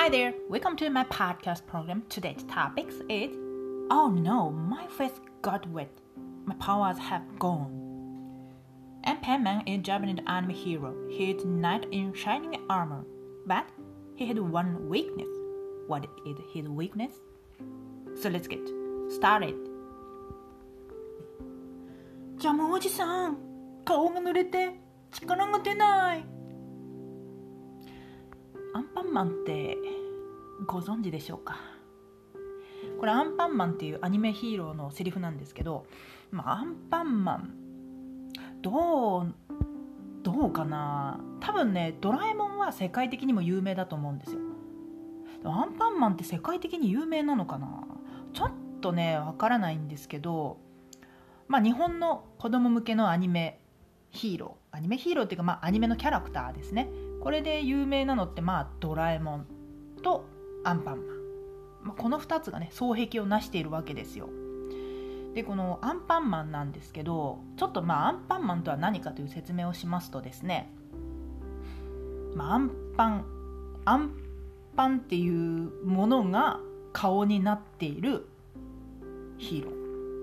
Hi there, welcome to my podcast program. Today's topic is Oh no, my face got wet. My powers have gone. Ant-Man is a Japanese anime hero. He is knight in shining armor, but he had one weakness. What is his weakness? So let's get started. ジャムおじさん、顔が濡れて力が出ない。アンパンマンってご存知でしょうか。これアンパンマンっていうアニメヒーローのセリフなんですけど、アンパンマンどうかな。多分ね、ドラえもんは世界的にも有名だと思うんですよ。アンパンマンって世界的に有名なのかな。ちょっとねわからないんですけど、日本の子供向けのアニメヒーローっていうか、アニメのキャラクターですね。これで有名なのってドラえもんとアンパンマン、この2つがね双璧を成しているわけですよ。でこのアンパンマンなんですけど、ちょっとアンパンマンとは何かという説明をしますとですね、アンパンっていうものが顔になっているヒーロ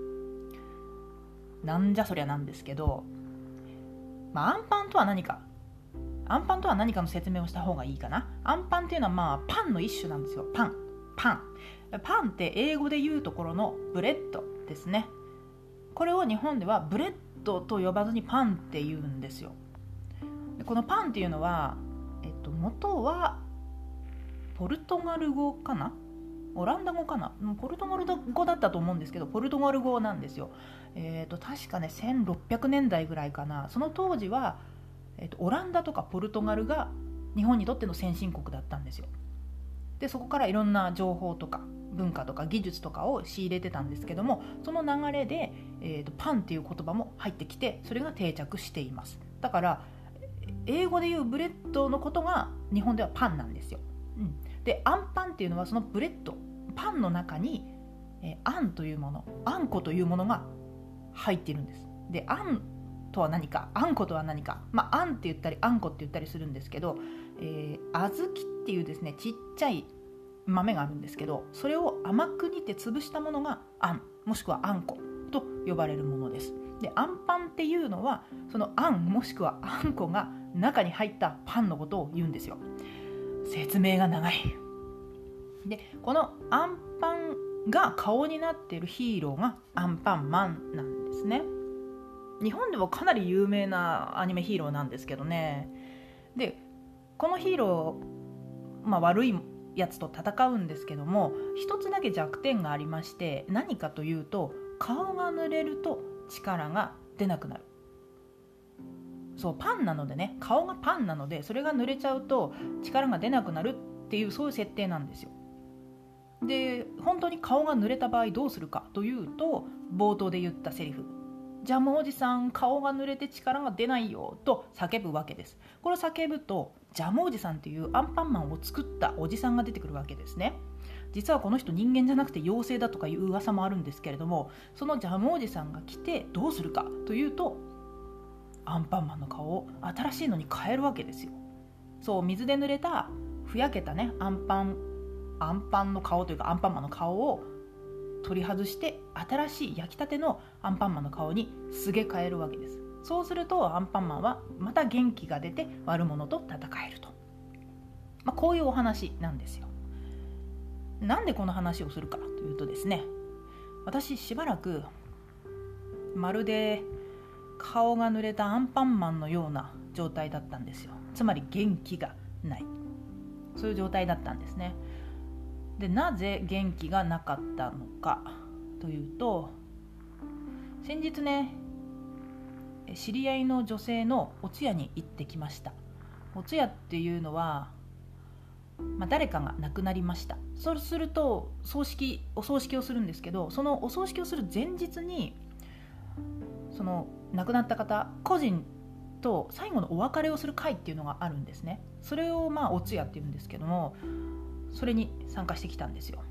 ーなんじゃそりゃなんですけど、アンパンとは何かの説明をした方がいいかな。アンパンっていうのはパンの一種なんですよ。パンって英語で言うところのブレッドですね。これを日本ではブレッドと呼ばずにパンって言うんですよ。でこのパンっていうのは、元はポルトガル語かな、オランダ語かな、ポルトガル語だったと思うんですけど、ポルトガル語なんですよ。確かね1600年代ぐらいかな。その当時はオランダとかポルトガルが日本にとっての先進国だったんですよ。でそこからいろんな情報とか文化とか技術とかを仕入れてたんですけども、その流れで、パンっていう言葉も入ってきて、それが定着しています。だから英語でいうブレッドのことが日本ではパンなんですよ。でアンパンっていうのはそのブレッドパンの中に、あんというもの、あんこというものが入っているんです。であんとは何か、あんことは何か、あんって言ったりあんこって言ったりするんですけど、小豆っていうですねちっちゃい豆があるんですけど、それを甘く煮て潰したものがあん、もしくはあんこと呼ばれるものです。でアンパンっていうのはそのあんもしくはあんこが中に入ったパンのことを言うんですよ。説明が長い。でこのアンパンが顔になっているヒーローがアンパンマンなんですね。日本でもかなり有名なアニメヒーローなんですけどね。でこのヒーロー、悪いやつと戦うんですけども、一つだけ弱点がありまして、何かというと顔が濡れると力が出なくなる。そうパンなのでね、顔がパンなのでそれが濡れちゃうと力が出なくなるっていう、そういう設定なんですよ。で本当に顔が濡れた場合どうするかというと、冒頭で言ったセリフ、ジャムおじさん顔が濡れて力が出ないよと叫ぶわけです。これを叫ぶとジャムおじさんというアンパンマンを作ったおじさんが出てくるわけですね。実はこの人人間じゃなくて妖精だとかいう噂もあるんですけれども、そのジャムおじさんが来てどうするかというと、アンパンマンの顔を新しいのに変えるわけですよ。そう水で濡れたふやけたねアンパンの顔というかアンパンマンの顔を取り外して、新しい焼きたてのアンパンマンの顔にすげ替えるわけです。そうするとアンパンマンはまた元気が出て悪者と戦えると、こういうお話なんですよ。なんでこの話をするかというとですね、私しばらくまるで顔が濡れたアンパンマンのような状態だったんですよ。つまり元気がない、そういう状態だったんですね。でなぜ元気がなかったのかというと、先日ね知り合いの女性のお通夜に行ってきました。お通夜っていうのは、誰かが亡くなりました。そうするとお葬式をするんですけど、そのお葬式をする前日にその亡くなった方個人と最後のお別れをする会っていうのがあるんですね。それをお通夜っていうんですけども、それに参加してきたんですよ。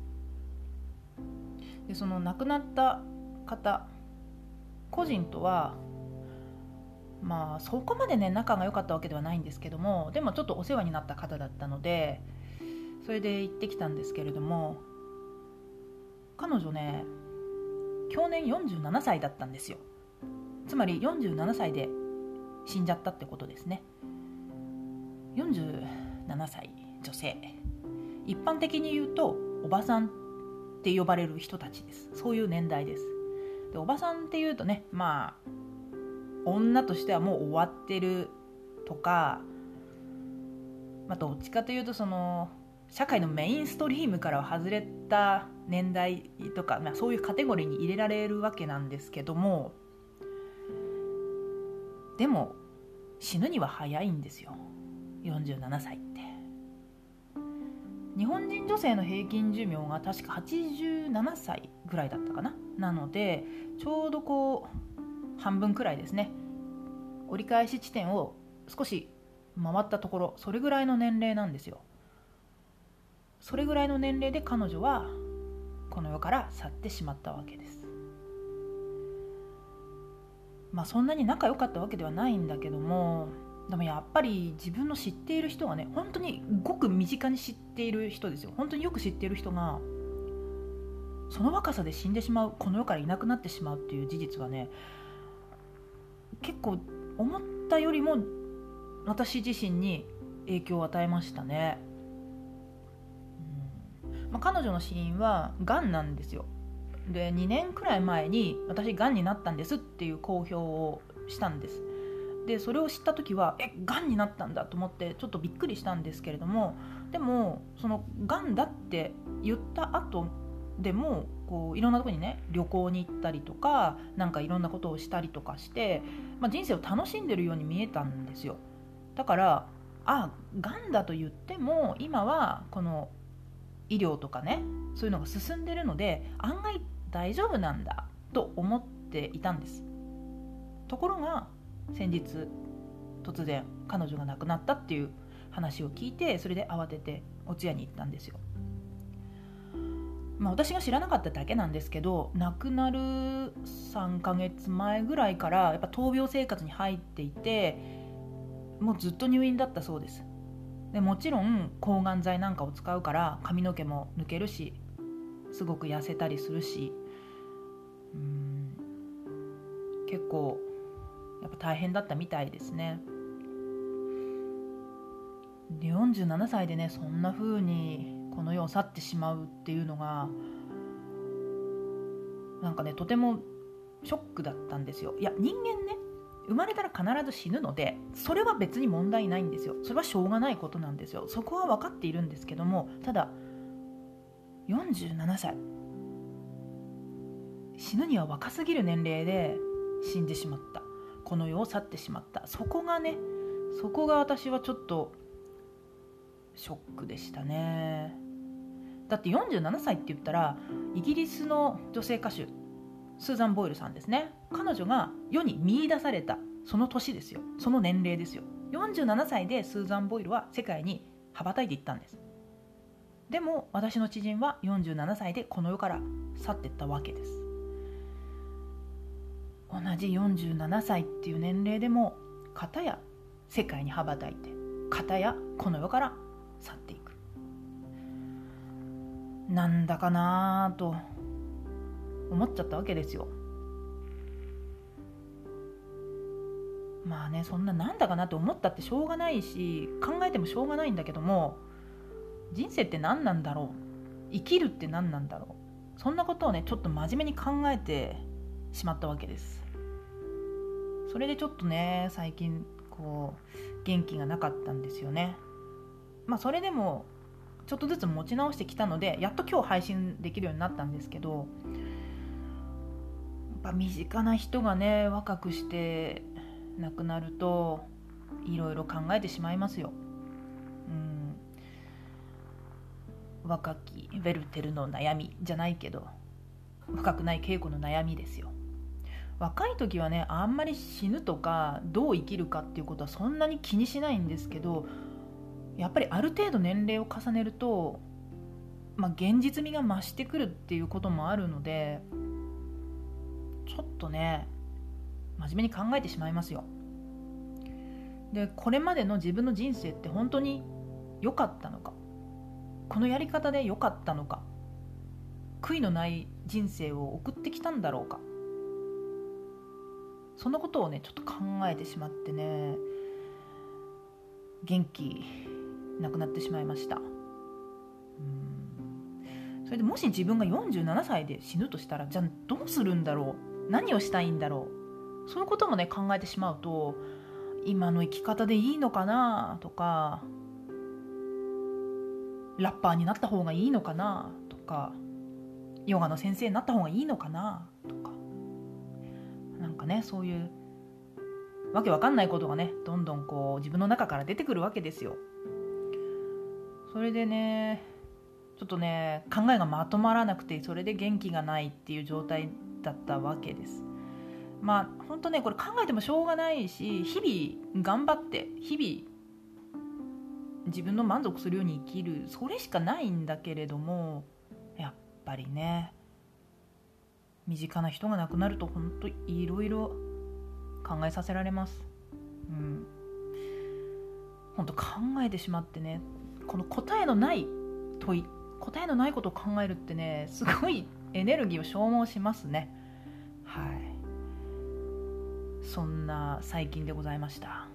でその亡くなった方個人とはそこまでね仲が良かったわけではないんですけども、でもちょっとお世話になった方だったので、 それで行ってきたんですけれども、彼女ね去年47歳だったんですよ。つまり47歳で死んじゃったってことですね。47歳女性、一般的に言うとおばさんって呼ばれる人たちです。そういう年代です。でおばさんっていうとね、女としてはもう終わってるとか、どっちかというとその社会のメインストリームからは外れた年代とか、そういうカテゴリーに入れられるわけなんですけども、でも死ぬには早いんですよ、47歳って。日本人女性の平均寿命が確か87歳ぐらいだったかな。なのでちょうど半分くらいですね。折り返し地点を少し回ったところ、それぐらいの年齢なんですよ。それぐらいの年齢で彼女はこの世から去ってしまったわけです。そんなに仲良かったわけではないんだけども、でもやっぱり自分の知っている人がね、本当にごく身近に知っている人ですよ。本当によく知っている人がその若さで死んでしまう、この世からいなくなってしまうっていう事実はね、結構思ったよりも私自身に影響を与えましたね。彼女の死因はがんなんですよ。で2年くらい前に私がんになったんですっていう公表をしたんです。でそれを知った時はがんになったんだと思ってちょっとびっくりしたんですけれども、でもそのがんだって言った後でもいろんなところにね旅行に行ったりとか、なんかいろんなことをしたりとかして、人生を楽しんでるように見えたんですよ。だからがんだと言っても今はこの医療とかね、そういうのが進んでるので案外大丈夫なんだと思っていたんです。ところが先日突然彼女が亡くなったっていう話を聞いて、それで慌ててお通夜に行ったんですよ。私が知らなかっただけなんですけど、亡くなる3ヶ月前ぐらいからやっぱ闘病生活に入っていて、もうずっと入院だったそうです。でもちろん抗がん剤なんかを使うから髪の毛も抜けるし、すごく痩せたりするし、結構やっぱ大変だったみたいですね。で47歳でね、そんな風にこの世を去ってしまうっていうのがなんかね、とてもショックだったんですよ。いや、人間ね、生まれたら必ず死ぬので、それは別に問題ないんですよ。それはしょうがないことなんですよ。そこは分かっているんですけども、ただ47歳、死ぬには若すぎる年齢で死んでしまった、この世を去ってしまった、そこが私はちょっとショックでしたね。だって47歳って言ったらイギリスの女性歌手スーザン・ボイルさんですね。彼女が世に見出されたその年ですよ。その年齢ですよ。47歳でスーザン・ボイルは世界に羽ばたいていったんです。でも私の知人は47歳でこの世から去っていったわけです。同じ47歳っていう年齢でも片や世界に羽ばたいて、片やこの世から去っていく。なんだかなと思っちゃったわけですよ。そんななんだかなと思ったってしょうがないし、考えてもしょうがないんだけども、人生って何なんだろう、生きるって何なんだろう、そんなことをねちょっと真面目に考えてしまったわけです。それでちょっとね最近元気がなかったんですよね。それでもちょっとずつ持ち直してきたので、やっと今日配信できるようになったんですけど、やっぱ身近な人がね若くして亡くなるといろいろ考えてしまいますよ。若きウェルテルの悩みじゃないけど、深くない稽古の悩みですよ。若い時はねあんまり死ぬとかどう生きるかっていうことはそんなに気にしないんですけど、やっぱりある程度年齢を重ねると、現実味が増してくるっていうこともあるので、ちょっとね真面目に考えてしまいますよ。でこれまでの自分の人生って本当に良かったのか、 このやり方で良かったのか、悔いのない人生を送ってきたんだろうか、そんなことをねちょっと考えてしまってね、元気なくなってしまいました。それでもし自分が47歳で死ぬとしたら、じゃあどうするんだろう、何をしたいんだろう、そういうこともね考えてしまうと、今の生き方でいいのかなとか、ラッパーになった方がいいのかなとか、ヨガの先生になった方がいいのかなとか、なんかねそういうわけわかんないことがねどんどんこう自分の中から出てくるわけですよ。それでねちょっとね考えがまとまらなくて、それで元気がないっていう状態だったわけです。まあ本当ねこれ考えてもしょうがないし、日々頑張って日々自分の満足するように生きる、それしかないんだけれども、やっぱりね身近な人が亡くなると本当いろいろ考えさせられます。本当考えてしまってね、この答えのない問い、答えのないことを考えるってねすごいエネルギーを消耗しますね。はい、そんな最近でございました。